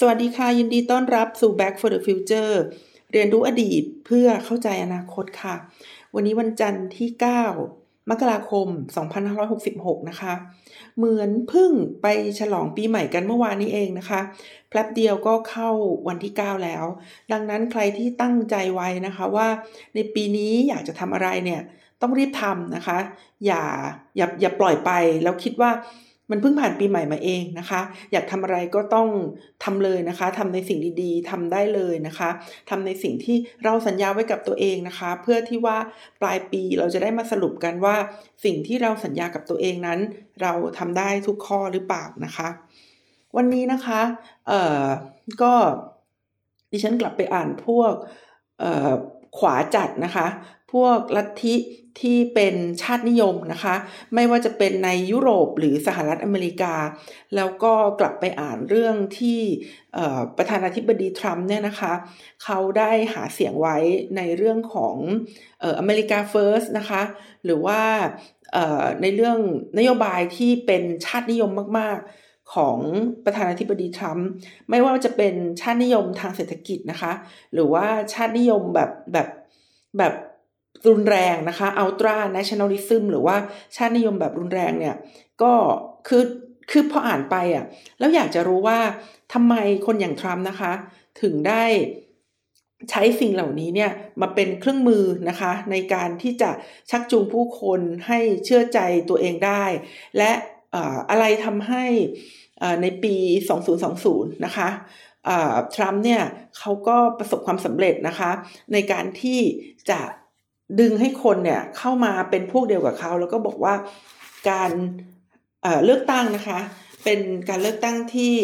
วัสดีค่ะยินดีต้อนรับสู่ Back for the Future เรียนรู้อดีตเพื่อเข้าใจอนาคตค่ะวันนี้วันจันทร์ที่9มกราคม2566นะคะเหมือนเพิ่งไปฉลองปีใหม่กันเมื่อวานนี้เองนะคะแป๊บเดียวก็เข้าวันที่9แล้วดังนั้นใครที่ตั้งใจไว้นะคะว่าในปีนี้อยากจะทำอะไรเนี่ยต้องรีบทำนะคะอย่าปล่อยไปแล้วคิดว่ามันเพิ่งผ่านปีใหม่มาเองนะคะอยากทำอะไรก็ต้องทำเลยนะคะทำในสิ่งดีๆทำได้เลยนะคะทำในสิ่งที่เราสัญญาไว้กับตัวเองนะคะเพื่อที่ว่าปลายปีเราจะได้มาสรุปกันว่าสิ่งที่เราสัญญากับตัวเองนั้นเราทำได้ทุกข้อหรือเปล่านะคะวันนี้นะคะก็ดิฉันกลับไปอ่านพวกขวาจัดนะคะพวกลัทธิที่เป็นชาตินิยมนะคะไม่ว่าจะเป็นในยุโรปหรือสหรัฐอเมริกาแล้วก็กลับไปอ่านเรื่องที่ประธานาธิบดีทรัมป์เนี่ยนะคะเขาได้หาเสียงไว้ในเรื่องของอเมริกาเฟิร์สนะคะหรือว่าในเรื่องนโยบายที่เป็นชาตินิยมมากๆของประธานาธิบดีทรัมป์ไม่ว่าจะเป็นชาตินิยมทางเศรษฐกิจนะคะหรือว่าชาตินิยมแบบรุนแรงนะคะ Ultra Nationalism หรือว่าชาตินิยมแบบรุนแรงเนี่ยก็คือพออ่านไปอ่ะแล้วอยากจะรู้ว่าทำไมคนอย่างทรัมป์นะคะถึงได้ใช้สิ่งเหล่านี้เนี่ยมาเป็นเครื่องมือนะคะในการที่จะชักจูงผู้คนให้เชื่อใจตัวเองได้และอะไรทำให้ในปี2020นะคะทรัมป์เนี่ยเขาก็ประสบความสำเร็จนะคะในการที่จะดึงให้คนเนี่ยเข้ามาเป็นพวกเดียวกับเขาแล้วก็บอกว่าการเลือกตั้งนะคะเป็นการเลือกตั้งที่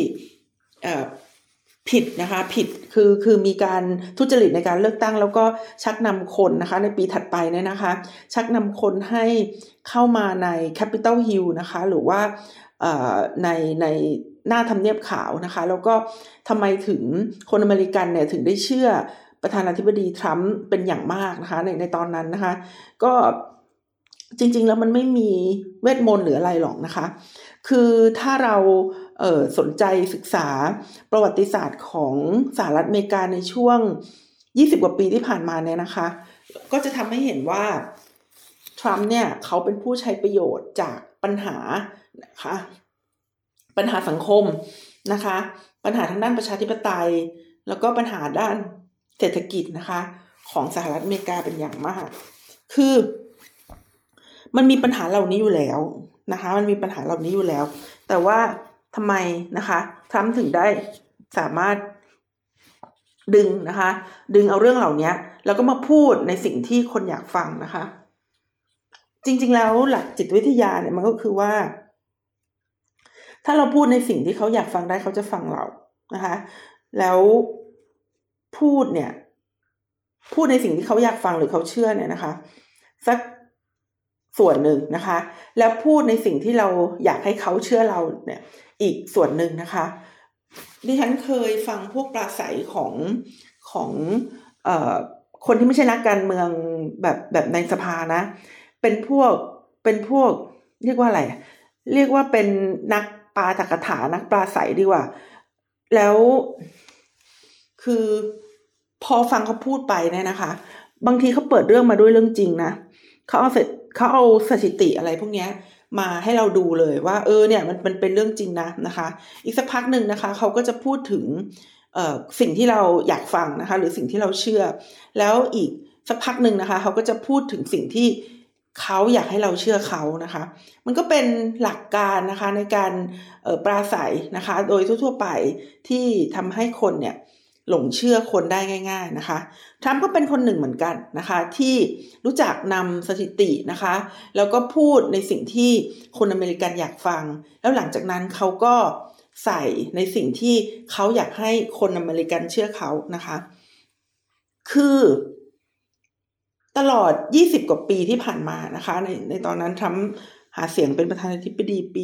ผิดนะคะผิดคือมีการทุจริตในการเลือกตั้งแล้วก็ชักนำคนนะคะในปีถัดไปเนี่ยนะคะชักนำคนให้เข้ามาใน Capitol Hill นะคะหรือว่าในหน้าทำเนียบขาวนะคะแล้วก็ทำไมถึงคนอเมริกันเนี่ยถึงได้เชื่อประธานาธิบดีทรัมป์เป็นอย่างมากนะคะในตอนนั้นนะคะก็จริงๆแล้วมันไม่มีเวทมนต์หรืออะไรหรอกนะคะคือถ้าเราสนใจศึกษาประวัติศาสตร์ของสหรัฐอเมริกาในช่วง20กว่าปีที่ผ่านมาเนี่ยนะคะก็จะทำให้เห็นว่าทรัมป์เนี่ยเขาเป็นผู้ใช้ประโยชน์จากปัญหานะคะปัญหาสังคมนะคะปัญหาทางด้านประชาธิปไตยแล้วก็ปัญหาด้านเศรษฐกิจนะคะของสหรัฐอเมริกาเป็นอย่างมากคือมันมีปัญหาเหล่านี้อยู่แล้วนะคะมันมีปัญหาเหล่านี้อยู่แล้วแต่ว่าทำไมนะคะทรัมป์ถึงได้สามารถดึงเอาเรื่องเหล่านี้แล้วก็มาพูดในสิ่งที่คนอยากฟังนะคะจริงๆแล้วหลักจิตวิทยาเนี่ยมันก็คือว่าถ้าเราพูดในสิ่งที่เขาอยากฟังได้เขาจะฟังเรานะคะแล้วพูดในสิ่งที่เขาอยากฟังหรือเขาเชื่อเนี่ยนะคะสักส่วนหนึ่งนะคะแล้วพูดในสิ่งที่เราอยากให้เขาเชื่อเราเนี่ยอีกส่วนหนึ่งนะคะดิฉันเคยฟังพวกปราศัยของคนที่ไม่ใช่นักการเมืองแบบในสภานะเป็นพวกเรียกว่าอะไรเรียกว่าเป็นนักปาฐกถานักปราศัยดีกว่าแล้วคือพอฟังเขาพูดไปเนี่ยนะคะบางทีเขาเปิดเรื่องมาด้วยเรื่องจริงนะเขาเอาสถิติอะไรพวกนี้มาให้เราดูเลยว่าเนี่ยมันเป็นเรื่องจริงนะคะอีกสักพักหนึ่งนะคะเขาก็จะพูดถึงสิ่งที่เราอยากฟังนะคะหรือสิ่งที่เราเชื่อแล้วอีกสักพักหนึ่งนะคะเขาก็จะพูดถึงสิ่งที่เขาอยากให้เราเชื่อเขานะคะมันก็เป็นหลักการนะคะในการปราศัยนะคะโดยทั่วๆไปที่ทำให้คนเนี่ยหลงเชื่อคนได้ง่ายๆนะคะทรัมป์ก็เป็นคนหนึ่งเหมือนกันนะคะที่รู้จักนำสถิตินะคะแล้วก็พูดในสิ่งที่คนอเมริกันอยากฟังแล้วหลังจากนั้นเขาก็ใส่ในสิ่งที่เขาอยากให้คนอเมริกันเชื่อเขานะคะคือตลอด20กว่าปีที่ผ่านมานะคะในตอนนั้นทรัมป์หาเสียงเป็นประธานาธิบดีปี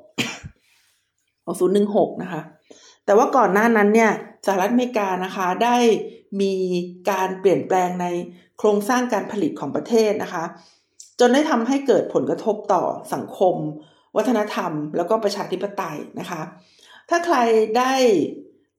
2016นะคะแต่ว่าก่อนหน้านั้นเนี่ยสหรัฐอเมริกานะคะได้มีการเปลี่ยนแปลงในโครงสร้างการผลิตของประเทศนะคะจนได้ทำให้เกิดผลกระทบต่อสังคมวัฒนธรรมแล้วก็ประชาธิปไตยนะคะถ้าใครได้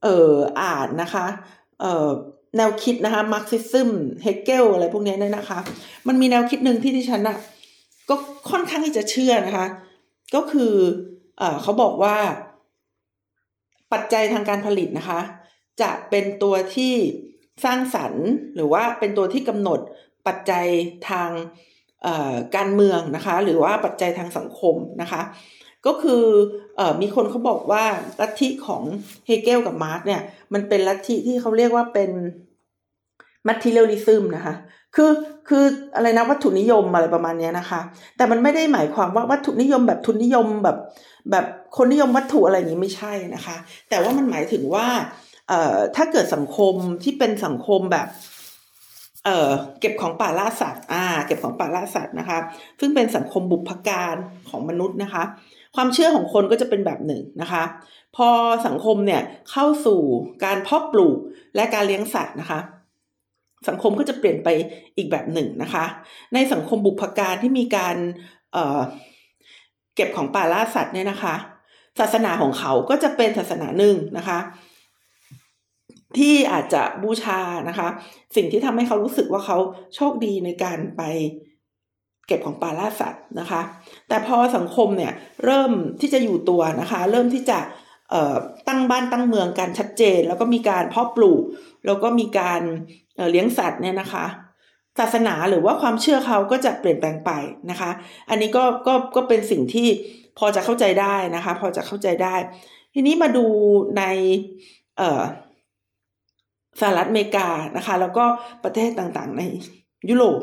อ่านนะคะแนวคิดนะคะมาร์กซิซึมเฮเกลอะไรพวกนี้เนี่ยนะคะมันมีแนวคิดหนึ่งที่ดิฉันน่ะก็ค่อนข้างที่จะเชื่อนะคะก็คือเขาบอกว่าปัจจัยทางการผลิตนะคะจะเป็นตัวที่สร้างสรรค์หรือว่าเป็นตัวที่กำหนดปัจจัยทางการเมืองนะคะหรือว่าปัจจัยทางสังคมนะคะก็คือมีคนเขาบอกว่าลัทธิของเฮเกลกับมาร์กเนี่ยมันเป็นลัทธิที่เขาเรียกว่าเป็นmaterialism นะคะคืออะไรนะวัตถุนิยมอะไรประมาณนี้นะคะแต่มันไม่ได้หมายความว่าวัตถุนิยมแบบทุนนิยมแบบคนนิยมวัตถุอะไรอย่างนี้ไม่ใช่นะคะแต่ว่ามันหมายถึงว่าถ้าเกิดสังคมที่เป็นสังคมแบบเก็บของป่าล่าสัตว์เก็บของป่าล่าสัตว์นะคะซึ่งเป็นสังคมบุพการของมนุษย์นะคะความเชื่อของคนก็จะเป็นแบบหนึ่งนะคะพอสังคมเนี่ยเข้าสู่การเพาะปลูกและการเลี้ยงสัตว์นะคะสังคมก็จะเปลี่ยนไปอีกแบบหนึ่งนะคะในสังคมบุพการที่มีการเก็บของป่าล่าสัตว์เนี่ยนะคะศาสนาของเขาก็จะเป็นศาสนาหนึ่งนะคะที่อาจจะบูชานะคะสิ่งที่ทำให้เขารู้สึกว่าเขาโชคดีในการไปเก็บของป่าล่าสัตว์นะคะแต่พอสังคมเนี่ยเริ่มที่จะอยู่ตัวนะคะเริ่มที่จะตั้งบ้านตั้งเมืองกันชัดเจนแล้วก็มีการเพาะปลูกแล้วก็มีการเลี้ยงสัตว์เนี่ยนะคะศาสนาหรือว่าความเชื่อเขาก็จะเปลี่ยนแปลงไปนะคะอันนี้ก็เป็นสิ่งที่พอจะเข้าใจได้นะคะพอจะเข้าใจได้ทีนี้มาดูในสหรัฐอเมริกานะคะแล้วก็ประเทศต่างๆในยุโรป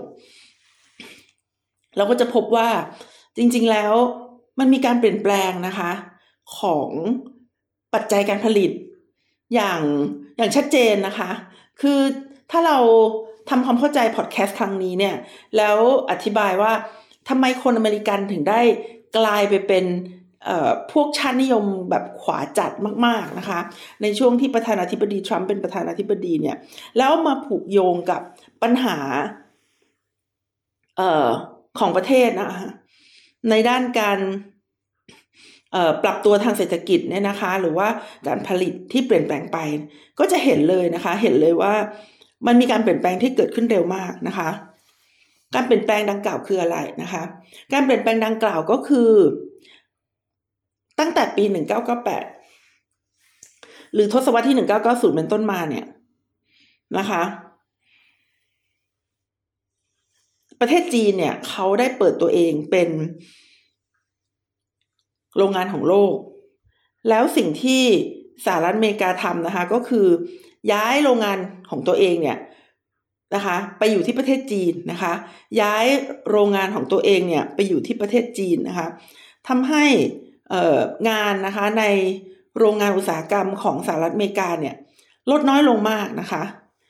เราก็จะพบว่าจริงๆแล้วมันมีการเปลี่ยนแปลงนะคะของปัจจัยการผลิตอย่างชัดเจนนะคะคือถ้าเราทำความเข้าใจพอดแคสต์ครั้งนี้เนี่ยแล้วอธิบายว่าทำไมคนอเมริกันถึงได้กลายไปเป็นพวกชาตินิยมแบบขวาจัดมากๆนะคะในช่วงที่ประธานาธิบดีทรัมป์เป็นประธานาธิบดีเนี่ยแล้วมาผูกโยงกับปัญหาของประเทศนะคะในด้านการปรับตัวทางเศรษฐกิจเนี่ยนะคะหรือว่าการผลิตที่เปลี่ยนแปลงไปก็จะเห็นเลยนะคะเห็นเลยว่ามันมีการเปลี่ยนแปลงที่เกิดขึ้นเร็วมากนะคะการเปลี่ยนแปลงดังกล่าวคืออะไรนะคะการเปลี่ยนแปลงดังกล่าวก็คือตั้งแต่ปี1998หรือทศวรรษที่1990เป็นต้นมาเนี่ยนะคะประเทศจีนเนี่ยเขาได้เปิดตัวเองเป็นโรงงานของโลกแล้วสิ่งที่สหรัฐอเมริกาทำนะคะก็คือย้ายโรงงานของตัวเองเนี่ยนะคะไปอยู่ที่ประเทศจีนนะคะย้ายโรงงานของตัวเองเนี่ยไปอยู่ที่ประเทศจีนนะคะทำให้งานนะคะในโรงงานอุตสาหกรรมของสหรัฐอเมริกาเนี่ยลดน้อยลงมากนะคะ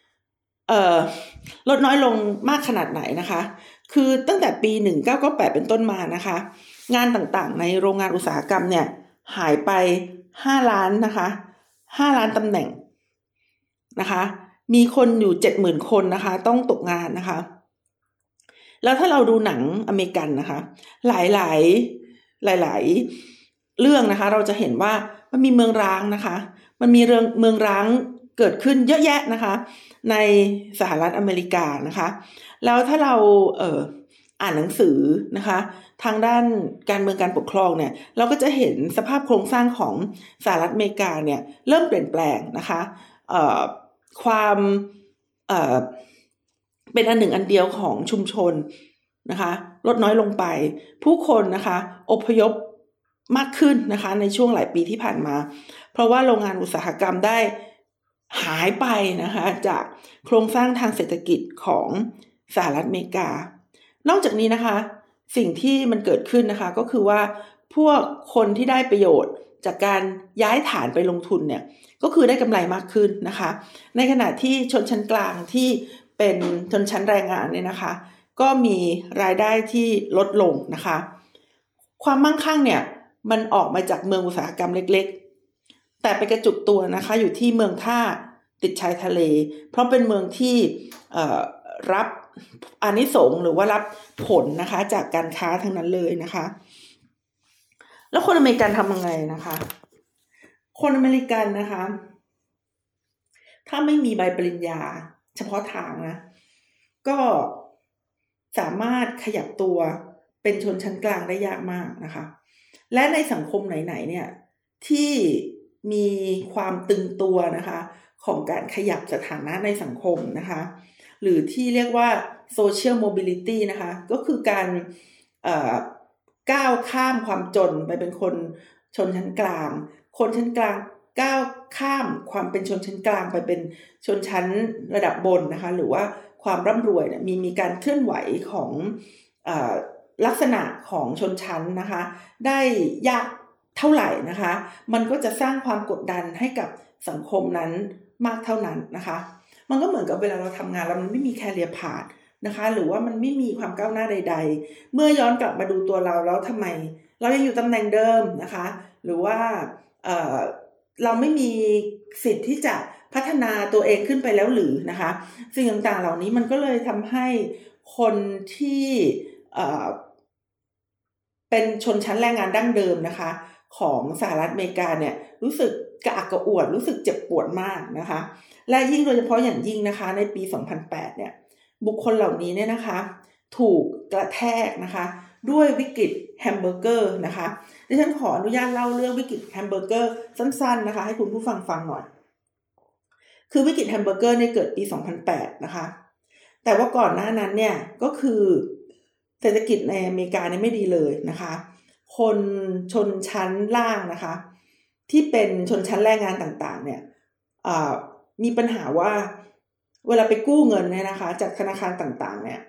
ลดน้อยลงมากขนาดไหนนะคะคือตั้งแต่ปี1998เป็นต้นมานะคะงานต่างๆในโรงงานอุตสาหกรรมเนี่ยหายไป5 ล้านนะคะ5 ล้านตำแหน่งนะคะมีคนอยู่70,000 คนนะคะต้องตกงานนะคะแล้วถ้าเราดูหนังอเมริกันนะคะหลายเรื่องนะคะเราจะเห็นว่ามันมีเมืองร้างนะคะมันมีเมืองร้างเกิดขึ้นเยอะแยะนะคะในสหรัฐอเมริกานะคะแล้วถ้าเราอ่านหนังสือนะคะทางด้านการเมืองการปกครองเนี่ยเราก็จะเห็นสภาพโครงสร้างของสหรัฐอเมริกาเนี่ยเริ่มเปลี่ยนแปลงนะคะความเป็นอันหนึ่งอันเดียวของชุมชนนะคะลดน้อยลงไปผู้คนนะคะอพยพมากขึ้นนะคะในช่วงหลายปีที่ผ่านมาเพราะว่าโรงงานอุตสาหกรรมได้หายไปนะคะจากโครงสร้างทางเศรษฐกิจของสหรัฐอเมริกานอกจากนี้นะคะสิ่งที่มันเกิดขึ้นนะคะก็คือว่าพวกคนที่ได้ประโยชน์จากการย้ายฐานไปลงทุนเนี่ยก็คือได้กำไรมากขึ้นนะคะในขณะที่ชนชั้นกลางที่เป็นชนชั้นแรงงานเนี่ยนะคะก็มีรายได้ที่ลดลงนะคะความมั่งคั่งเนี่ยมันออกมาจากเมืองอุตสาหกรรมเล็กๆแต่ไปกระจุกตัวนะคะอยู่ที่เมืองท่าติดชายทะเลเพราะเป็นเมืองที่รับอานิสงส์หรือว่ารับผลนะคะจากการค้าทั้งนั้นเลยนะคะแล้วคนอเมริกันทำยังไงนะคะคนอเมริกันนะคะถ้าไม่มีใบปริญญาเฉพาะทางนะก็สามารถขยับตัวเป็นชนชั้นกลางได้ยากมากนะคะและในสังคมไหนๆเนี่ยที่มีความตึงตัวนะคะของการขยับสถานะในสังคมนะคะหรือที่เรียกว่า social mobility นะคะก็คือการก้าวข้ามความจนไปเป็นคนชนชั้นกลางคนชั้นกลางก้าวข้ามความเป็นชนชั้นกลางไปเป็นชนชั้นระดับบนนะคะหรือว่าความร่ำรวยเนี่ยมีการเคลื่อนไหวของลักษณะของชนชั้นนะคะได้ยากเท่าไหร่นะคะมันก็จะสร้างความกดดันให้กับสังคมนั้นมากเท่านั้นนะคะมันก็เหมือนกับเวลาเราทำงานแล้วมันไม่มีแคเรียร์พาธนะคะหรือว่ามันไม่มีความก้าวหน้าใดๆเมื่อย้อนกลับมาดูตัวเราแล้วทำไมเรายังอยู่ตำแหน่งเดิมนะคะหรือว่าเราไม่มีสิทธิ์ที่จะพัฒนาตัวเองขึ้นไปแล้วหรือนะคะสิ่งต่างๆเหล่านี้มันก็เลยทำให้คนที่เป็นชนชั้นแรงงานดั้งเดิมนะคะของสหรัฐอเมริกาเนี่ยรู้สึกกระอักกระอ่วนรู้สึกเจ็บปวดมากนะคะและยิ่งโดยเฉพาะอย่างยิ่งนะคะในปี 2008 เนี่ยบุคคลเหล่านี้เนี่ยนะคะถูกกระแทกนะคะด้วยวิกฤตแฮมเบอร์เกอร์นะคะดิฉันขออนุญาตเล่าเรื่องวิกฤตแฮมเบอร์เกอร์สั้นๆนะคะให้คุณผู้ฟังฟังหน่อยคือวิกฤตแฮมเบอร์เกอร์เนี่ยเกิดปี 2008 นะคะแต่ว่าก่อนหน้านั้นเนี่ยก็คือเศรษฐกิจในอเมริกาเนี่ยไม่ดีเลยนะคะคนชนชั้นล่างนะคะที่เป็นชนชั้นแรงงานต่างๆเนี่ยมีปัญหาว่าเวลาไปกู้เงินเนี่ยนะคะจากธนาคารต่างๆเนี่ย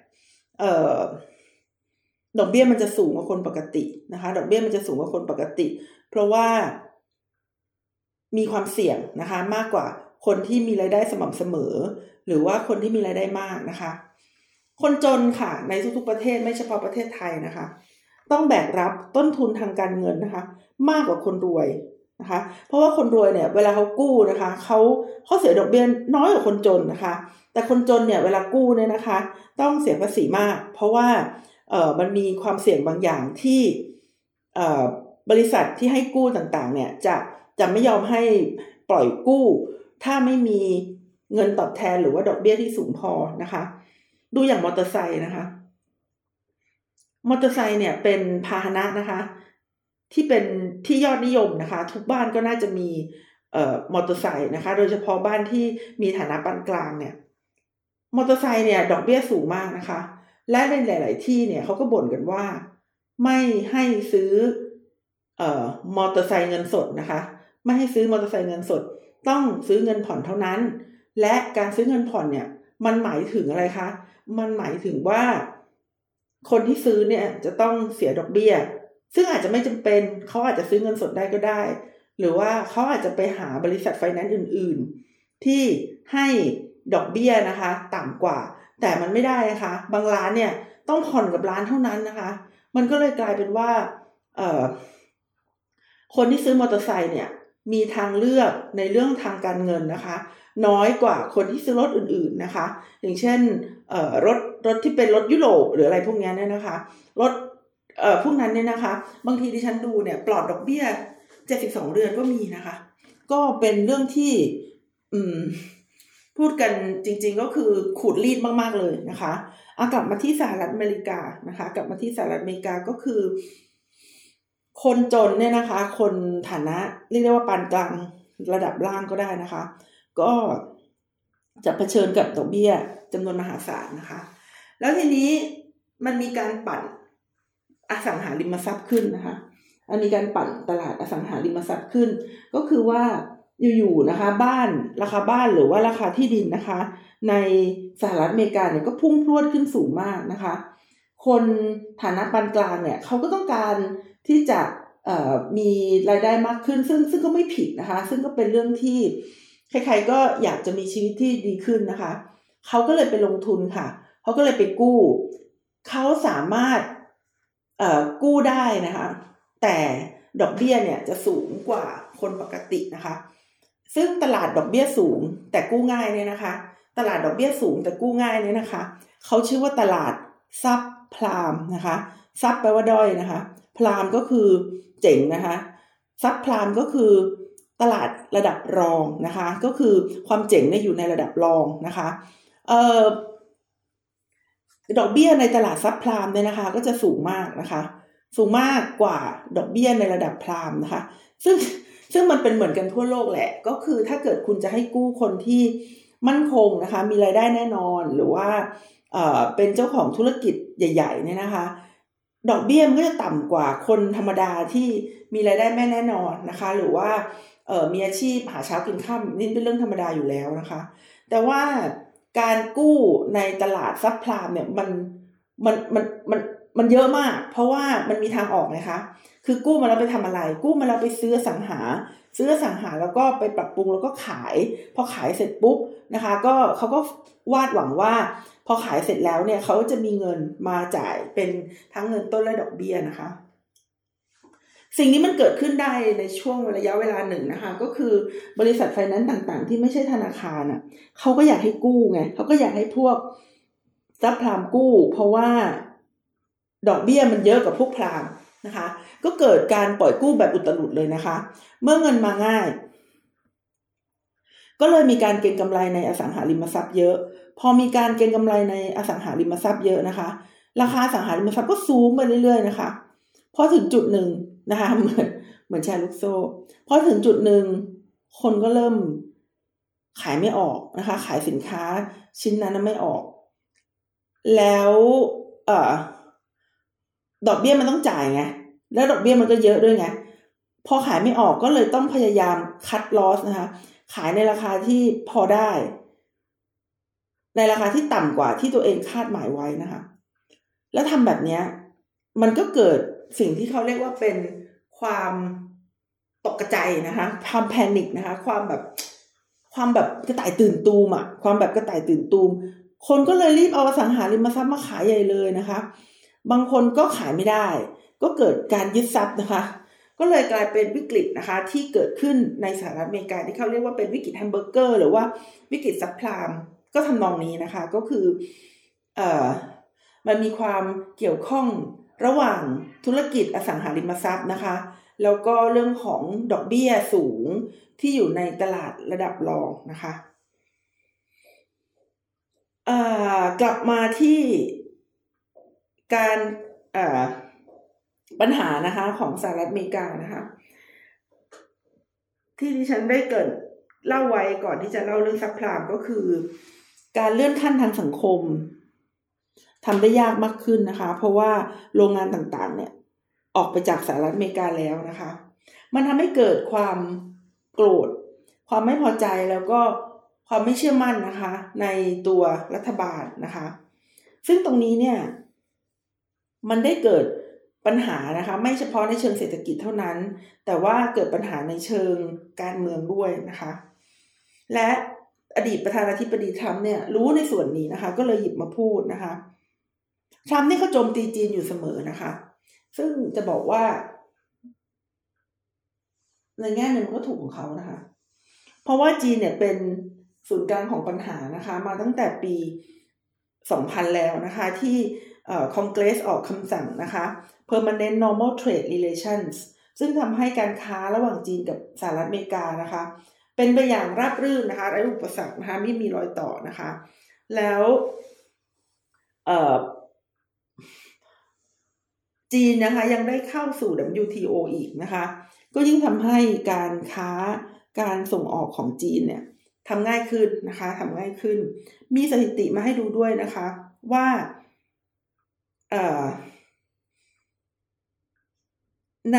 ดอกเบี้ยมันจะสูงกว่าคนปกตินะคะดอกเบี้ยมันจะสูงกว่าคนปกติเพราะว่ามีความเสี่ยงนะคะมากกว่าคนที่มีรายได้สม่ำเสมอหรือว่าคนที่มีรายได้มากนะคะคนจนค่ะในทุกๆประเทศไม่เฉพาะประเทศไทยนะคะต้องแบกรับต้นทุนทางการเงินนะคะมากกว่าคนรวยนะคะเพราะว่าคนรวยเนี่ยเวลาเขากู้นะคะเขาเสียดอกเบี้ยน้อยกว่าคนจนนะคะแต่คนจนเนี่ยเวลากู้เนี่ยนะคะต้องเสียภาษีมากเพราะว่ามันมีความเสี่ยงบางอย่างที่บริษัทที่ให้กู้ต่างๆเนี่ยจะไม่ยอมให้ปล่อยกู้ถ้าไม่มีเงินตอบแทนหรือว่าดอกเบี้ยที่สูงพอนะคะดูอย่างมอเตอร์ไซค์นะคะมอเตอร์ไซค์เนี่ยเป็นพาหนะนะคะที่เป็นที่ยอดนิยมนะคะทุกบ้านก็น่าจะมีมอเตอร์ไซค์นะคะโดยเฉพาะบ้านที่มีฐานะปานกลางเนี่ยมอเตอร์ไซค์เนี่ยดอกเบี้ยสูงมากนะคะและในหลายๆที่เนี่ยเขาก็บ่นกันว่าไม่ให้ซื้อมอเตอร์ไซค์เงินสดนะคะไม่ให้ซื้อมอเตอร์ไซค์เงินสดต้องซื้อเงินผ่อนเท่านั้นและการซื้อเงินผ่อนเนี่ยมันหมายถึงอะไรคะมันหมายถึงว่าคนที่ซื้อเนี่ยจะต้องเสียดอกเบี้ยซึ่งอาจจะไม่จำเป็นเขาอาจจะซื้อเงินสดได้ก็ได้หรือว่าเขาอาจจะไปหาบริษัทไฟแนนซ์อื่นๆที่ให้ดอกเบี้ยนะคะต่ำกว่าแต่มันไม่ได้นะคะบางร้านเนี่ยต้องผ่อนกับร้านเท่านั้นนะคะมันก็เลยกลายเป็นว่าคนที่ซื้อมอเตอร์ไซค์เนี่ยมีทางเลือกในเรื่องทางการเงินนะคะน้อยกว่าคนที่ซื้อรถอื่นๆนะคะอย่างเช่นรถที่เป็นรถยุโรปหรืออะไรพวกนี้เนี่ยนะคะรถพวกนั้นเนี่ยนะคะบางทีดิฉันดูเนี่ยปลอดดอกเบี้ย72 เดือนก็มีนะคะก็เป็นเรื่องที่พูดกันจริงๆก็คือขูดรีดมากๆเลยนะคะกลับมาที่สหรัฐอเมริกานะคะกลับมาที่สหรัฐอเมริกาก็คือคนจนเนี่ยนะคะคนฐานะเรียกได้ว่าปานกลางระดับล่างก็ได้นะคะก็จะเผชิญกับดอกเบี้ยจำนวนมหาศาลนะคะแล้วทีนี้มันมีการปั่นอสังหาริมทรัพย์ขึ้นนะคะมีการปั่นตลาดอสังหาริมทรัพย์ขึ้นก็คือว่าอยู่ๆนะคะราคาบ้านหรือว่าราคาที่ดินนะคะในสหรัฐอเมริกาเนี่ยก็พุ่งพรวดขึ้นสูงมากนะคะคนฐานะปานกลางเนี่ยเขาก็ต้องการที่จะมีรายได้มากขึ้นซึ่งก็ไม่ผิดนะคะซึ่งก็เป็นเรื่องที่ใครๆก็อยากจะมีชีวิตที่ดีขึ้นนะคะเขาก็เลยไปลงทุนค่ะเขาก็เลยไปกู้เขาสามารถกู้ได้นะคะแต่ดอกเบี้ยเนี่ยจะสูงกว่าคนปกตินะคะซึ่งตลาดดอกเบี้ยสูงแต่กู้ง่ายเนี่ยนะคะตลาดดอกเบี้ยสูงแต่กู้ง่ายเนี่ยนะคะเขาชื่อว่าตลาดซับพรามนะคะซับแปลว่าด้อยนะคะพรามก็คือเจ๋งนะคะซับพรามก็คือตลาดระดับรองนะคะก็คือความเจ๋งเนี่ยอยู่ในระดับรองนะคะดอกเบี้ยในตลาดซับไพรม์เนี่ยนะคะก็จะสูงมากนะคะสูงมากกว่าดอกเบี้ยในระดับไพรม์นะคะซึ่งมันเป็นเหมือนกันทั่วโลกแหละก็คือถ้าเกิดคุณจะให้กู้คนที่มั่นคงนะคะมีรายได้แน่นอนหรือว่าเป็นเจ้าของธุรกิจใหญ่ๆเนี่ยนะคะดอกเบี้ยมันก็จะต่ำกว่าคนธรรมดาที่มีรายได้ไม่แน่นอนนะคะหรือว่ามีอาชีพหาเช้ากินค่ำนี่เป็นเรื่องธรรมดาอยู่แล้วนะคะแต่ว่าการกู้ในตลาดซับไพรม์เนี่ยมันเยอะมากเพราะว่ามันมีทางออกนะคะคือกู้มาแล้วไปทำอะไรกู้มาแล้วไปซื้ออสังหาแล้วก็ไปปรับปรุงแล้วก็ขายพอขายเสร็จปุ๊บนะคะก็เขาก็วาดหวังว่าพอขายเสร็จแล้วเนี่ยเขาจะมีเงินมาจ่ายเป็นทั้งเงินต้นและดอกเบี้ยนะคะสิ่งนี้มันเกิดขึ้นได้ในช่วงระยะเวลาหนึ่งนะคะก็คือบริษัทไฟแนนซ์ต่างๆที่ไม่ใช่ธนาคารเขาก็อยากให้กู้ไงเขาก็อยากให้พวกซับไพรม์กู้เพราะว่าดอกเบี้ยมันเยอะกว่าพวกไพรม์นะคะก็เกิดการปล่อยกู้แบบอุตลุดเลยนะคะเมื่อเงินมาง่ายก็เลยมีการเก็งกำไรในอสังหาริมทรัพย์เยอะพอมีการเก็งกำไรในอสังหาริมทรัพย์เยอะนะคะราคาอสังหาริมทรัพย์ก็สูงไปเรื่อยๆนะคะพอถึงจุดหนึ่งนะคะเหมือนแชร์ลูกโซ่พอถึงจุดหนึ่งคนก็เริ่มขายไม่ออกนะคะขายสินค้าชิ้นนั้นไม่ออกแล้วดอกเบี้ยมันต้องจ่ายไงแล้วดอกเบี้ยมันก็เยอะด้วยไงพอขายไม่ออกก็เลยต้องพยายามคัดลอสนะคะขายในราคาที่พอได้ในราคาที่ต่ำกว่าที่ตัวเองคาดหมายไว้นะคะแล้วทำแบบนี้มันก็เกิดสิ่งที่เขาเรียกว่าเป็นความตกใจนะคะความแพนิคนะคะความแบบกระต่ายตื่นตูมความแบบกระต่ายตื่นตูมคนก็เลยรีบเอาอสังหาริมทรัพย์มาขายใหญ่เลยนะคะบางคนก็ขายไม่ได้ก็เกิดการยึดทรัพย์นะคะก็เลยกลายเป็นวิกฤตนะคะที่เกิดขึ้นในสหรัฐอเมริกาที่เขาเรียกว่าเป็นวิกฤตแฮมเบอร์เกอร์หรือว่าวิกฤตซับไพรม์ก็ทำนองนี้นะคะก็คือมันมีความเกี่ยวข้องระหว่างธุรกิจอสังหาริมทรัพย์นะคะแล้วก็เรื่องของดอกเบี้ยสูงที่อยู่ในตลาดระดับรองนะคะกลับมาที่การปัญหานะคะของสหรัฐอเมริกานะคะที่ดิฉันได้เกิดเล่าไว้ก่อนที่จะเล่าเรื่องซับไพรม์ก็คือการเลื่อนขั้นทางสังคมทำได้ยากมากขึ้นนะคะเพราะว่าโรงงานต่างๆเนี่ยออกไปจากสหรัฐอเมริกาแล้วนะคะมันทำให้เกิดความโกรธความไม่พอใจแล้วก็ความไม่เชื่อมั่นนะคะในตัวรัฐบาลนะคะซึ่งตรงนี้เนี่ยมันได้เกิดปัญหานะคะไม่เฉพาะในเชิงเศรษฐกิจเท่านั้นแต่ว่าเกิดปัญหาในเชิงการเมืองด้วยนะคะและอดีตประธานาธิบดีทรัมป์เนี่ยรู้ในส่วนนี้นะคะก็เลยหยิบมาพูดนะคะทรัมป์นี่เขาโจมตีจีนอยู่เสมอนะคะซึ่งจะบอกว่าในแง่หนึ่งก็ถูกของเขานะคะเพราะว่าจีนเนี่ยเป็นศูนย์กลางของปัญหานะคะมาตั้งแต่ปี 2000 แล้วนะคะที่คอนเกรสออกคำสั่งนะคะ Permanent Normal Trade Relations ซึ่งทำให้การค้าระหว่างจีนกับสหรัฐอเมริกานะคะเป็นไปอย่างราบรื่นนะคะไร้อุปสรรคนะคะไม่มีรอยต่อนะคะแล้วจีนนะคะยังได้เข้าสู่ WTO อีกนะคะก็ยิ่งทำให้การค้าการส่งออกของจีนเนี่ยทำง่ายขึ้นนะคะทำง่ายขึ้นมีสถิติมาให้ดูด้วยนะคะว่าใน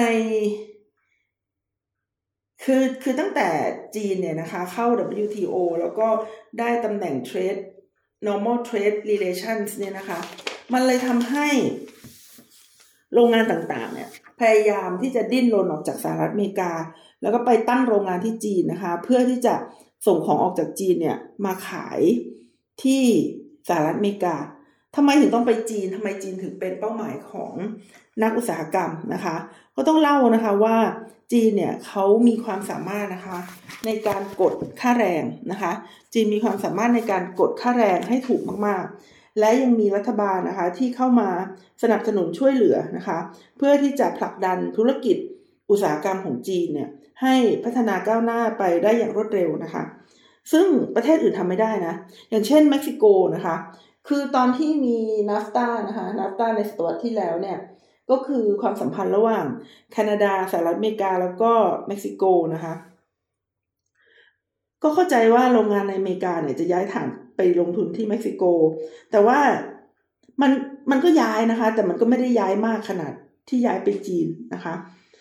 คือตั้งแต่จีนเนี่ยนะคะเข้า WTO แล้วก็ได้ตำแหน่ง Normal Trade Relations เนี่ยนะคะมันเลยทำให้โรงงานต่างๆเนี่ยพยายามที่จะดิ้นรนออกจากสหรัฐอเมริกาแล้วก็ไปตั้งโรงงานที่จีนนะคะเพื่อที่จะส่งของออกจากจีนเนี่ยมาขายที่สหรัฐอเมริกาทำไมถึงต้องไปจีนทำไมจีนถึงเป็นเป้าหมายของนักอุตสาหกรรมนะคะก็ต้องเล่านะคะว่าจีนเนี่ยเขามีความสามารถนะคะในการกดค่าแรงนะคะจีนมีความสามารถในการกดค่าแรงให้ถูกมากๆและยังมีรัฐบาลนะคะที่เข้ามาสนับสนุนช่วยเหลือนะคะเพื่อที่จะผลักดันธุรกิจอุตสาหกรรมของจีนเนี่ยให้พัฒนาก้าวหน้าไปได้อย่างรวดเร็วนะคะซึ่งประเทศอื่นทำไม่ได้นะอย่างเช่นเม็กซิโกนะคะคือตอนที่มีนาฟตานะคะนาฟตาในศตวรรษที่แล้วเนี่ยก็คือความสัมพันธ์ระหว่างแคนาดาสหรัฐอเมริกาแล้วก็เม็กซิโกนะคะก็เข้าใจว่าโรงงานในอเมริกาเนี่ยจะย้ายฐานไปลงทุนที่เม็กซิโกแต่ว่ามันก็ย้ายนะคะแต่มันก็ไม่ได้ย้ายมากขนาดที่ย้ายไปจีนนะคะ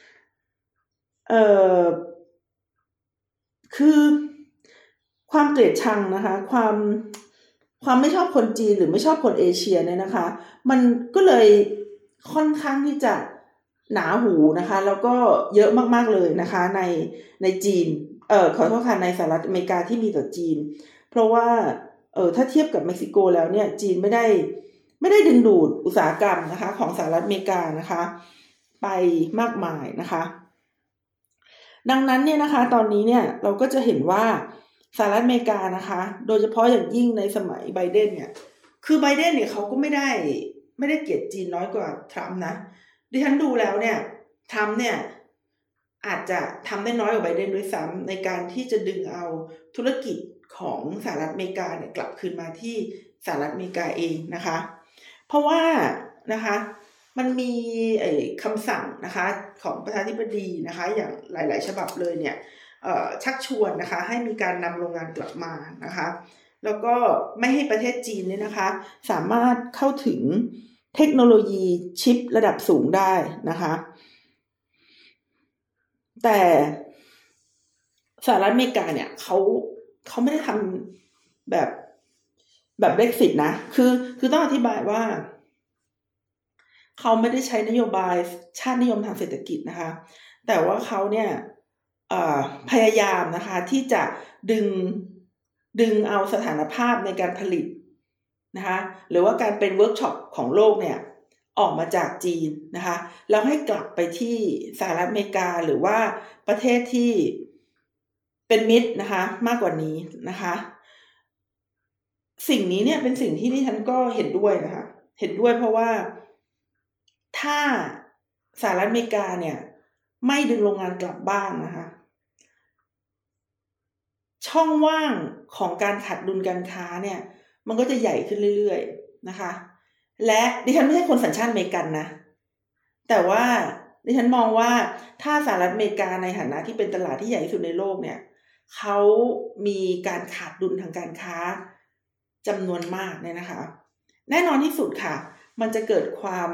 คือความเกลียดชังนะคะความไม่ชอบคนจีนหรือไม่ชอบคนเอเชียเนี่ยนะคะมันก็เลยค่อนข้างที่จะหนาหูนะคะแล้วก็เยอะมากๆเลยนะคะในจีนขอโทษค่ะในสหรัฐอเมริกาที่มีต่อจีนเพราะว่าถ้าเทียบกับเม็กซิโกแล้วเนี่ยจีนไม่ได้ดึงดูดอุตสาหกรรมนะคะของสหรัฐอเมริกานะคะไปมากมายนะคะดังนั้นเนี่ยนะคะตอนนี้เนี่ยเราก็จะเห็นว่าสหรัฐอเมริกานะคะโดยเฉพาะอย่างยิ่งในสมัยไบเดนเนี่ยคือไบเดนเนี่ยเขาก็ไม่ได้เกลียดจีนน้อยกว่าทรัมป์นะดิฉันดูแล้วเนี่ยทรัมป์เนี่ยอาจจะทำได้น้อยกว่าไบเดนด้วยซ้ำในการที่จะดึงเอาธุรกิจของสหรัฐอเมริกาเนี่ยกลับคืนมาที่สหรัฐอเมริกาเองนะคะเพราะว่านะคะมันมีคำสั่งนะคะของประธานาธิบดีนะคะอย่างหลายๆฉบับเลยเนี่ยชักชวนนะคะให้มีการนำโรงงานกลับมานะคะแล้วก็ไม่ให้ประเทศจีนเนี่ยนะคะสามารถเข้าถึงเทคโนโลยีชิประดับสูงได้นะคะแต่สหรัฐอเมริกาเนี่ยเขาไม่ได้ทำแบบBrexitนะคือต้องอธิบายว่าเขาไม่ได้ใช้นโยบายชาตินิยมทางเศรษฐกิจนะคะแต่ว่าเขาเนี่ยพยายามนะคะที่จะดึงเอาสถานภาพในการผลิตนะคะหรือว่าการเป็นเวิร์กช็อปของโลกเนี่ยออกมาจากจีนนะคะแล้วให้กลับไปที่สหรัฐอเมริกาหรือว่าประเทศที่เป็นมิตรนะคะมากกว่านี้นะคะสิ่งนี้เนี่ยเป็นสิ่งที่ดิฉันก็เห็นด้วยนะคะเห็นด้วยเพราะว่าถ้าสหรัฐอเมริกาเนี่ยไม่ดึงโรงงานกลับบ้านนะคะช่องว่างของการขาดดุลการค้าเนี่ยมันก็จะใหญ่ขึ้นเรื่อยๆนะคะและดิฉันไม่ใช่คนสัญชาติอเมริกันนะแต่ว่าดิฉันมองว่าถ้าสหรัฐอเมริกาในฐานะที่เป็นตลาดที่ใหญ่ที่สุดในโลกเนี่ยเขามีการขาดดุลทางการค้าจำนวนมากเนี่ยนะคะแน่นอนที่สุดค่ะมันจะเกิดความ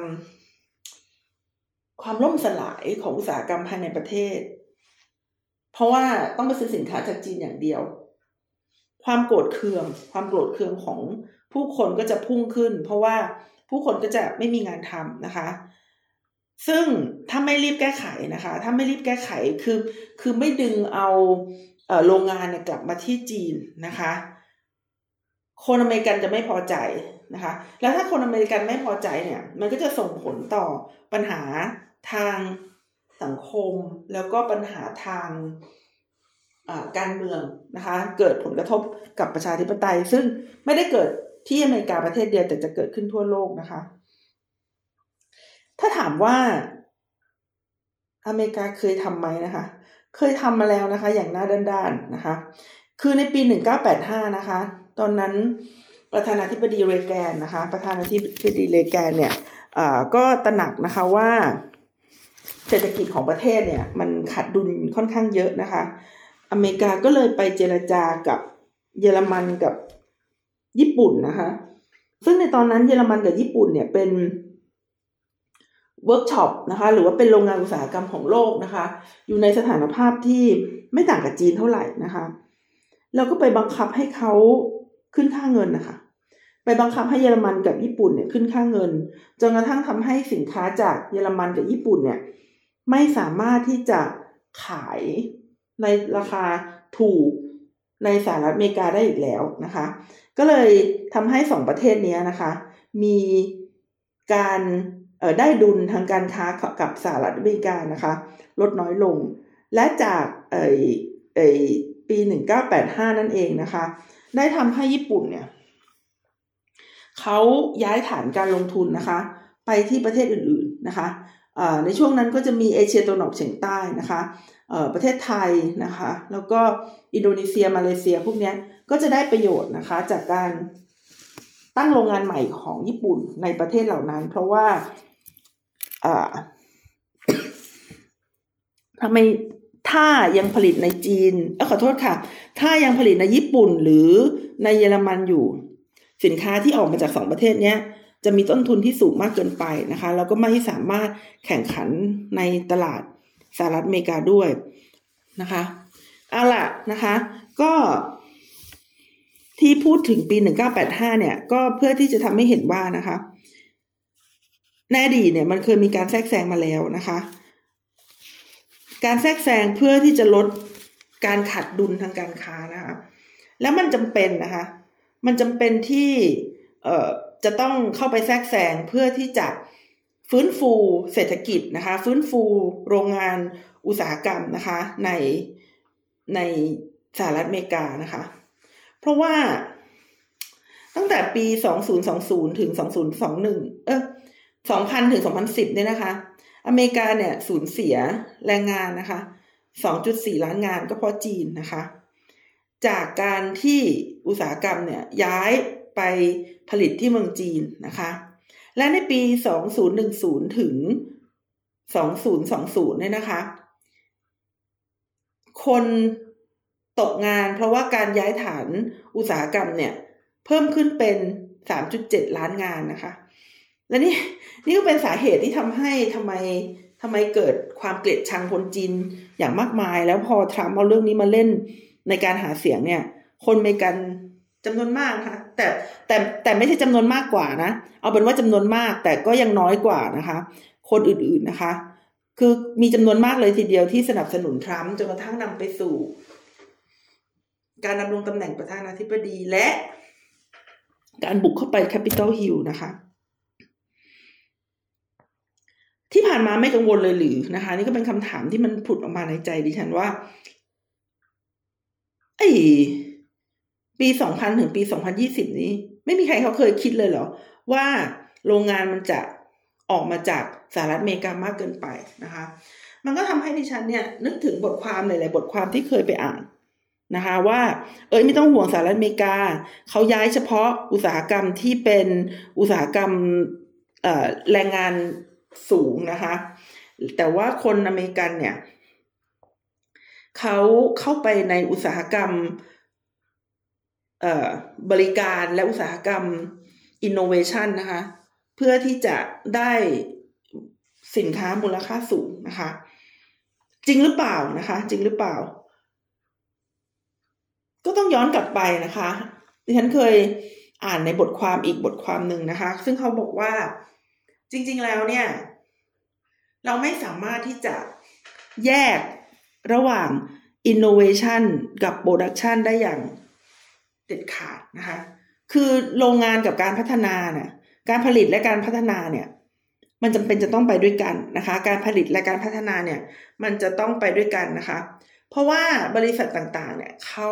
ล่มสลายของอุตสาหกรรมภายในประเทศเพราะว่าต้องไปซื้อสินค้าจากจีนอย่างเดียวความโกรธเคืองของผู้คนก็จะพุ่งขึ้นเพราะว่าผู้คนก็จะไม่มีงานทำนะคะซึ่งถ้าไม่รีบแก้ไขนะคะถ้าไม่รีบแก้ไขคือไม่ดึงเอาโรงงานเนี่ยกลับมาที่จีนนะคะคนอเมริกันจะไม่พอใจนะคะแล้วถ้าคนอเมริกันไม่พอใจเนี่ยมันก็จะส่งผลต่อปัญหาทางสังคมแล้วก็ปัญหาทางการเมืองนะคะเกิดผลกระทบกับประชาธิปไตยซึ่งไม่ได้เกิดที่อเมริกาประเทศเดียวแต่จะเกิดขึ้นทั่วโลกนะคะถ้าถามว่าอเมริกาเคยทำไหมนะคะเคยทำมาแล้วนะคะอย่างหน้าด้านๆนะคะคือในปี1985นะคะตอนนั้นประธานาธิบดีเรแกนนะคะประธานาธิบดีเรแกนเนี่ยก็ตระหนักนะคะว่าเศรษฐกิจของประเทศเนี่ยมันขาดดุลค่อนข้างเยอะนะคะอเมริกาก็เลยไปเจรจากับเยอรมันกับญี่ปุ่นนะคะซึ่งในตอนนั้นเยอรมันกับญี่ปุ่นเนี่ยเป็นเวิร์กช็อปนะคะหรือว่าเป็นโรงงานอุตสาหกรรมของโลกนะคะอยู่ในสถานภาพที่ไม่ต่างกับจีนเท่าไหร่นะคะแล้วก็ไปบังคับให้เขาขึ้นค่าเงินนะคะไปบังคับให้เยอรมันกับญี่ปุ่นเนี่ยขึ้นค่าเงินจนกระทั่งทำให้สินค้าจากเยอรมันกับญี่ปุ่นเนี่ยไม่สามารถที่จะขายในราคาถูกในสหรัฐอเมริกาได้อีกแล้วนะคะก็เลยทำให้2ประเทศนี้นะคะมีการได้ดุลทางการค้ากับสหรัฐอเมริกานะคะลดน้อยลงและจากปี1985นั่นเองนะคะได้ทำให้ญี่ปุ่นเนี่ยเขาย้ายฐานการลงทุนนะคะไปที่ประเทศอื่นๆนะคะในช่วงนั้นก็จะมีเอเชียตะวันออกเฉียงใต้นะคะประเทศไทยนะคะแล้วก็อินโดนีเซียมาเลเซียพวกนี้ก็จะได้ประโยชน์นะคะจากการตั้งโรงงานใหม่ของญี่ปุ่นในประเทศเหล่านั้นเพราะว่าทำไมถ้ายังผลิตในจีนขอโทษค่ะถ้ายังผลิตในญี่ปุ่นหรือในเยอรมันอยู่สินค้าที่ออกมาจาก2ประเทศนี้จะมีต้นทุนที่สูงมากเกินไปนะคะแล้วก็ไม่สามารถแข่งขันในตลาดสหรัฐอเมริกาด้วยนะคะเอาล่ะนะคะก็ที่พูดถึงปี1985เนี่ยก็เพื่อที่จะทำให้เห็นว่านะคะในอดีตเนี่ยมันเคยมีการแทรกแซงมาแล้วนะคะการแทรกแซงเพื่อที่จะลดการขาดดุลทางการค้านะคะแล้วมันจำเป็นนะคะมันจำเป็นที่จะต้องเข้าไปแทรกแซงเพื่อที่จะฟื้นฟูเศรษฐกิจนะคะฟื้นฟูโรงงานอุตสาหกรรมนะคะในสหรัฐอเมริกานะคะเพราะว่าตั้งแต่ปี2020ถึง2021 2000ถึง2010เนี่ยนะคะอเมริกาเนี่ยสูญเสียแรงงานนะคะ 2.4 ล้านงานก็เพราะจีนนะคะจากการที่อุตสาหกรรมเนี่ยย้ายไปผลิตที่เมืองจีนนะคะและในปี2010ถึง2020เนี่ยนะคะคนตกงานเพราะว่าการย้ายฐานอุตสาหกรรมเนี่ยเพิ่มขึ้นเป็น 3.7 ล้านงานนะคะและนี่ก็เป็นสาเหตุที่ทำไมเกิดความเกลียดชังคนจีนอย่างมากมายแล้วพอทรัมป์เอาเรื่องนี้มาเล่นในการหาเสียงเนี่ยคนอเมริกันจำนวนมากนะคะแต่ไม่ใช่จำนวนมากกว่านะเอาเป็นว่าจำนวนมากแต่ก็ยังน้อยกว่านะคะคนอื่นๆนะคะคือมีจำนวนมากเลยทีเดียวที่สนับสนุนทรัมป์จนกระทั่งนำไปสู่การดำรงตำแหน่งประธานาธิบดีและการบุกเข้าไปแคปิตอลฮิลล์นะคะที่ผ่านมาไม่กังวลเลยหรือนะคะนี่ก็เป็นคำถามที่มันผุดออกมาในใจดิฉันว่าปี2000ถึงปี2020นี้ไม่มีใครเขาเคยคิดเลยเหรอว่าโรงงานมันจะออกมาจากสหรัฐอเมริกามากเกินไปนะคะมันก็ทำให้ดิฉันเนี่ยนึกถึงบทความหลายๆบทความที่เคยไปอ่านนะคะว่าไม่ต้องห่วงสหรัฐอเมริกาเขาย้ายเฉพาะอุตสาหกรรมที่เป็นอุตสาหกรรมแรงงานสูงนะคะแต่ว่าคนอเมริกันเนี่ยเขาเข้าไปในอุตสาหกรรมบริการและอุตสาหกรรม innovation นะคะเพื่อที่จะได้สินค้ามูลค่าสูงนะคะจริงหรือเปล่านะคะจริงหรือเปล่าก็ต้องย้อนกลับไปนะคะดิฉันเคยอ่านในบทความอีกบทความหนึ่งนะคะซึ่งเขาบอกว่าจริงๆแล้วเนี่ยเราไม่สามารถที่จะแยกระหว่าง innovation กับ production ได้อย่างเด็ดขาดนะคะคือโรงงานกับการพัฒนาเนี่ยการผลิตและการพัฒนาเนี่ยมันจำเป็นจะต้องไปด้วยกันนะคะการผลิตและการพัฒนาเนี่ยมันจะต้องไปด้วยกันนะคะเพราะว่าบริษัทต่างๆเนี่ยเขา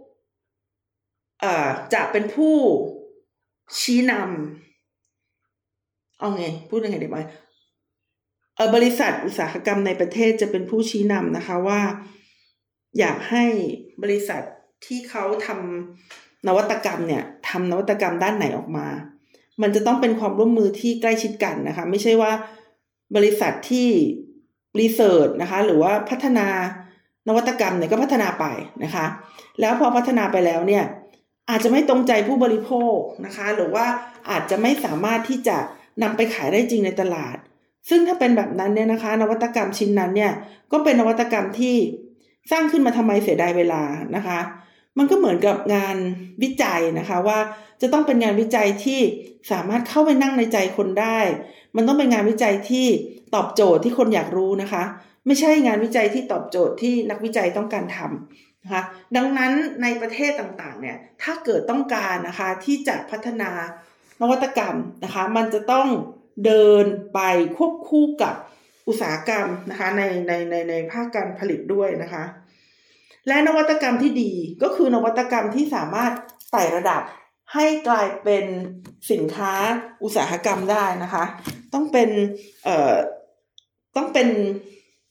จะเป็นผู้ชี้นำเอาไงพูดยังไงดีไหมบริษัทอุตสาหกรรมในประเทศจะเป็นผู้ชี้นำนะคะว่าอยากให้บริษัทที่เขาทำนวัตกรรมเนี่ยทำนวัตกรรมด้านไหนออกมามันจะต้องเป็นความร่วมมือที่ใกล้ชิดกันนะคะไม่ใช่ว่าบริษัทที่รีเสิร์ชนะคะหรือว่าพัฒนานวัตกรรมเนี่ยก็พัฒนาไปนะคะแล้วพอพัฒนาไปแล้วเนี่ยอาจจะไม่ตรงใจผู้บริโภคนะคะหรือว่าอาจจะไม่สามารถที่จะนำไปขายได้จริงในตลาดซึ่งถ้าเป็นแบบนั้นเนี่ยนะคะนวัตกรรมชิ้นนั้นเนี่ยก็เป็นนวัตกรรมที่สร้างขึ้นมาทำไมเสียดายเวลานะคะมันก็เหมือนกับงานวิจัยนะคะว่าจะต้องเป็นงานวิจัยที่สามารถเข้าไปนั่งในใจคนได้มันต้องเป็นงานวิจัยที่ตอบโจทย์ที่คนอยากรู้นะคะไม่ใช่งานวิจัยที่ตอบโจทย์ที่นักวิจัยต้องการทำนะคะดังนั้นในประเทศต่างๆเนี่ยถ้าเกิดต้องการนะคะที่จะพัฒนานวัตกรรมนะคะมันจะต้องเดินไปควบคู่กับอุตสาหกรรมนะคะในภาคการผลิตด้วยนะคะและนวัตกรรมที่ดีก็คือนวัตกรรมที่สามารถไต่ระดับให้กลายเป็นสินค้าอุตสาหกรรมได้นะคะต้องเป็น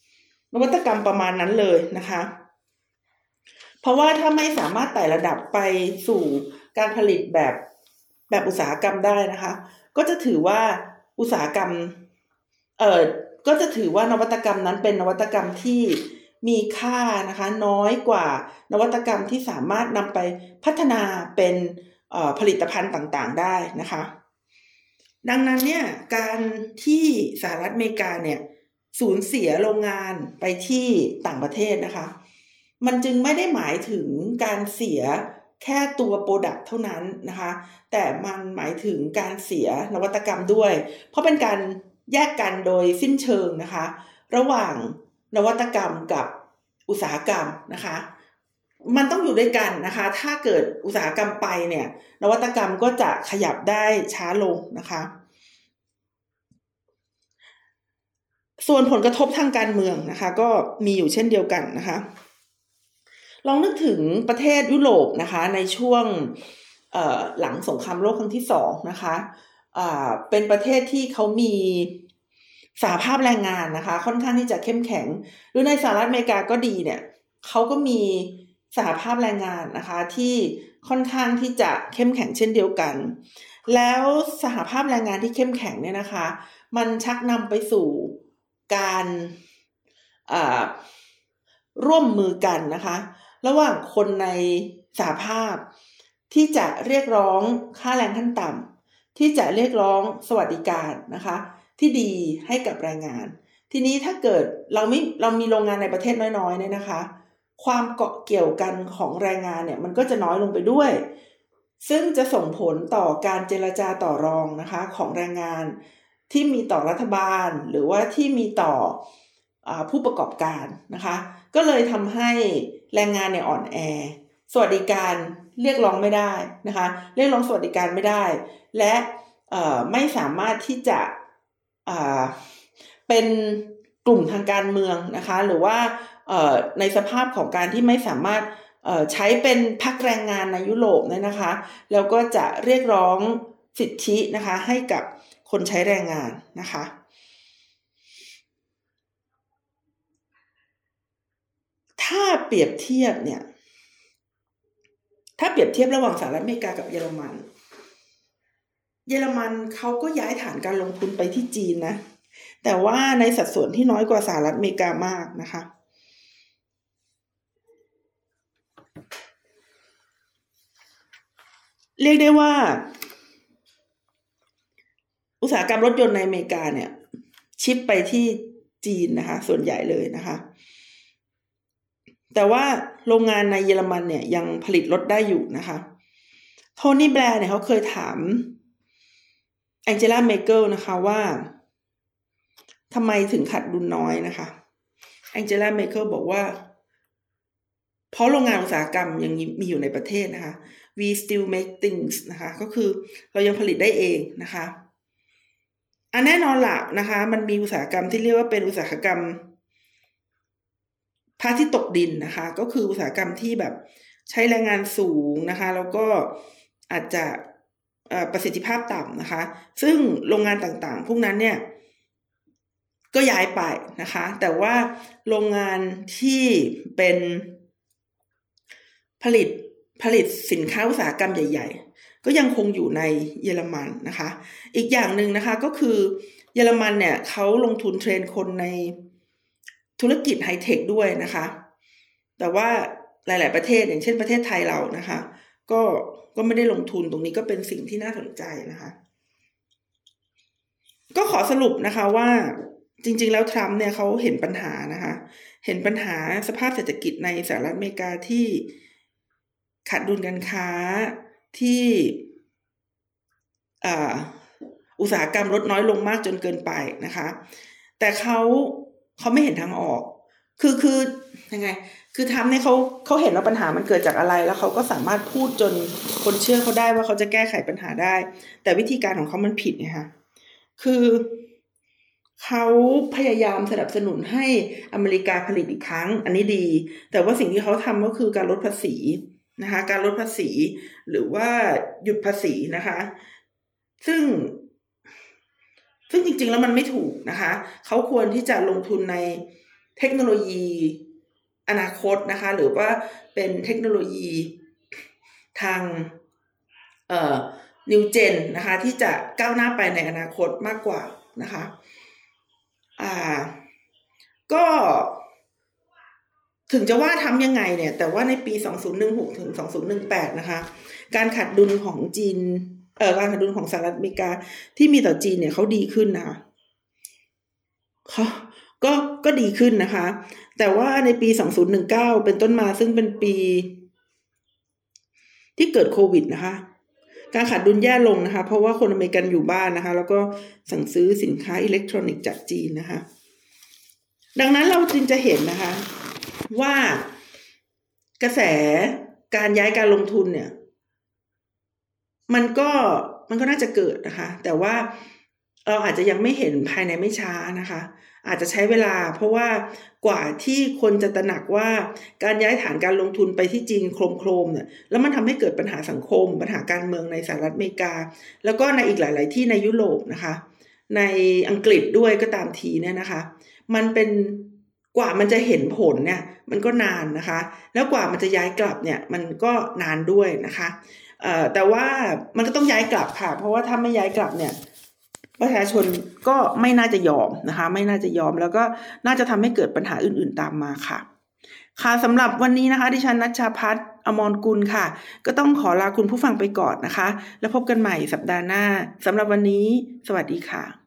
นวัตกรรมประมาณนั้นเลยนะคะเพราะว่าถ้าไม่สามารถไต่ระดับไปสู่การผลิตแบบอุตสาหกรรมได้นะคะก็จะถือว่าอุตสาหกรรมก็จะถือว่านวัตกรรมนั้นเป็นนวัตกรรมที่มีค่านะคะน้อยกว่านวัตกรรมที่สามารถนำไปพัฒนาเป็นผลิตภัณฑ์ต่างๆได้นะคะดังนั้นเนี่ยการที่สหรัฐอเมริกาเนี่ยสูญเสียโรงงานไปที่ต่างประเทศนะคะมันจึงไม่ได้หมายถึงการเสียแค่ตัวโปรดักต์เท่านั้นนะคะแต่มันหมายถึงการเสียนวัตกรรมด้วยเพราะเป็นการแยกกันโดยสิ้นเชิงนะคะระหว่างนวัตกรรมกับอุตสาหกรรมนะคะมันต้องอยู่ด้วยกันนะคะถ้าเกิดอุตสาหกรรมไปเนี่ยนวัตกรรมก็จะขยับได้ช้าลงนะคะส่วนผลกระทบทางการเมืองนะคะก็มีอยู่เช่นเดียวกันนะคะลองนึกถึงประเทศยุโรปนะคะในช่วงหลังสงครามโลกครั้งที่2นะคะเป็นประเทศที่เขามีสหภาพแรงงานนะคะค่อนข้างที่จะเข้มแข็งหรือในสหรัฐอเมริกาก็ดีเนี่ยเขาก็มีสหภาพแรงงานนะคะที่ค่อนข้างที่จะเข้มแข็งเช่นเดียวกันแล้วสหภาพแรงงานที่เข้มแข็งเนี่ยนะคะมันชักนำไปสู่การร่วมมือกันนะคะระหว่างคนในสหภาพที่จะเรียกร้องค่าแรงขั้นต่ำที่จะเรียกร้องสวัสดิการนะคะที่ดีให้กับแรงงานทีนี้ถ้าเกิดเรามีโรงงานในประเทศน้อยๆเนี่ยนะคะความเกาะเกี่ยวกันของแรงงานเนี่ยมันก็จะน้อยลงไปด้วยซึ่งจะส่งผลต่อการเจรจาต่อรองนะคะของแรงงานที่มีต่อรัฐบาลหรือว่าที่มีต่อผู้ประกอบการนะคะก็เลยทำให้แรงงานเนี่ยอ่อนแอสวัสดิการเรียกร้องไม่ได้นะคะเรียกร้องสวัสดิการไม่ได้และไม่สามารถที่จะเป็นกลุ่มทางการเมืองนะคะหรือว่าในสภาพของการที่ไม่สามารถใช้เป็นพรรคแรงงานในยุโรปเนี่ยนะคะแล้วก็จะเรียกร้องสิทธินะคะให้กับคนใช้แรงงานนะคะถ้าเปรียบเทียบเนี่ยระหว่างสหรัฐอเมริกากับเยอรมันเขาก็ย้ายฐานการลงทุนไปที่จีนนะแต่ว่าในสัดส่วนที่น้อยกว่าสหรัฐอเมริกามากนะคะเรียกได้ว่าอุตสาหกรรมรถยนต์ในอเมริกาเนี่ยชิปไปที่จีนนะคะส่วนใหญ่เลยนะคะแต่ว่าโรงงานในเยอรมันเนี่ยยังผลิตรถได้อยู่นะคะโทนี่แบร์เนี่ยเขาเคยถามแองเจล่าเมเกิลนะคะว่าทำไมถึงขาดดุลน้อยนะคะแองเจล่าเมเกิลบอกว่าเพราะโรงงานอุตสาหกรรมยังมีอยู่ในประเทศนะคะ we still make things นะคะก็คือเรายังผลิตได้เองนะคะแน่นอนละนะคะมันมีอุตสาหกรรมที่เรียกว่าเป็นอุตสาหกรรมพระอาทิตย์ตกดินนะคะก็คืออุตสาหกรรมที่แบบใช้แรงงานสูงนะคะแล้วก็อาจจะประสิทธิภาพต่ำนะคะซึ่งโรงงานต่างๆพวกนั้นเนี่ยก็ย้ายไปนะคะแต่ว่าโรงงานที่เป็นผลิตสินค้าอุตสาหกรรมใหญ่ๆก็ยังคงอยู่ในเยอรมันนะคะอีกอย่างหนึ่งนะคะก็คือเยอรมันเนี่ยเขาลงทุนเทรนคนในธุรกิจไฮเทคด้วยนะคะแต่ว่าหลายๆประเทศอย่างเช่นประเทศไทยเรานะคะก็ไม่ได้ลงทุนตรงนี้ก็เป็นสิ่งที่น่าสนใจนะคะก็ขอสรุปนะคะว่าจริงๆแล้วทรัมป์เนี่ยเขาเห็นปัญหานะคะเห็นปัญหาสภาพเศรษฐกิจในสหรัฐอเมริกาที่ขาดดุลการค้าที่อุตสาหกรรมลดน้อยลงมากจนเกินไปนะคะแต่เขาไม่เห็นทางออกคือยังไงคือทำเนี่ยเขาเห็นว่าปัญหามันเกิดจากอะไรแล้วเขาก็สามารถพูดจนคนเชื่อเขาได้ว่าเขาจะแก้ไขปัญหาได้แต่วิธีการของเขามันผิดไงคะคือเขาพยายามสนับสนุนให้อเมริกาผลิตอีกครั้งอันนี้ดีแต่ว่าสิ่งที่เขาทำก็คือการลดภาษีนะคะการลดภาษีหรือว่าหยุดภาษีนะคะซึ่งจริงๆแล้วมันไม่ถูกนะคะเขาควรที่จะลงทุนในเทคโนโลยีอนาคตนะคะหรือว่าเป็นเทคโนโลยีทางนิวเจนนะคะที่จะก้าวหน้าไปในอนาคตมากกว่านะคะก็ถึงจะว่าทำยังไงเนี่ยแต่ว่าในปี2016ถึง2018นะคะการขาดดุลของจีนการขาดดุลของสหรัฐอเมริกาที่มีต่อจีนเนี่ยเขาดีขึ้นนะคะก็ดีขึ้นนะคะแต่ว่าในปี2019เป็นต้นมาซึ่งเป็นปีที่เกิดโควิดนะคะการขาดดุลแย่ลงนะคะเพราะว่าคนอเมริกันอยู่บ้านนะคะแล้วก็สั่งซื้อสินค้าอิเล็กทรอนิกส์จากจีนนะคะดังนั้นเราจึงจะเห็นนะคะว่ากระแสการย้ายการลงทุนเนี่ยมันก็น่าจะเกิดนะคะแต่ว่าเราอาจจะยังไม่เห็นภายในไม่ช้านะคะอาจจะใช้เวลาเพราะว่ากว่าที่คนจะตระหนักว่าการย้ายฐานการลงทุนไปที่จีนโครมเนี่ยแล้วมันทำให้เกิดปัญหาสังคมปัญหาการเมืองในสหรัฐอเมริกาแล้วก็ในอีกหลายๆที่ในยุโรปนะคะในอังกฤษด้วยก็ตามทีเนี่ยนะคะมันเป็นกว่ามันจะเห็นผลเนี่ยมันก็นานนะคะแล้วกว่ามันจะย้ายกลับเนี่ยมันก็นานด้วยนะคะแต่ว่ามันก็ต้องย้ายกลับค่ะเพราะว่าถ้าไม่ย้ายกลับเนี่ยประชาชนก็ไม่น่าจะยอมนะคะไม่น่าจะยอมแล้วก็น่าจะทำให้เกิดปัญหาอื่นๆตามมาค่ะค่ะสำหรับวันนี้นะคะดิฉันณัชชาภัทร อมรกุลค่ะก็ต้องขอลาคุณผู้ฟังไปก่อนนะคะแล้วพบกันใหม่สัปดาห์หน้าสำหรับวันนี้สวัสดีค่ะ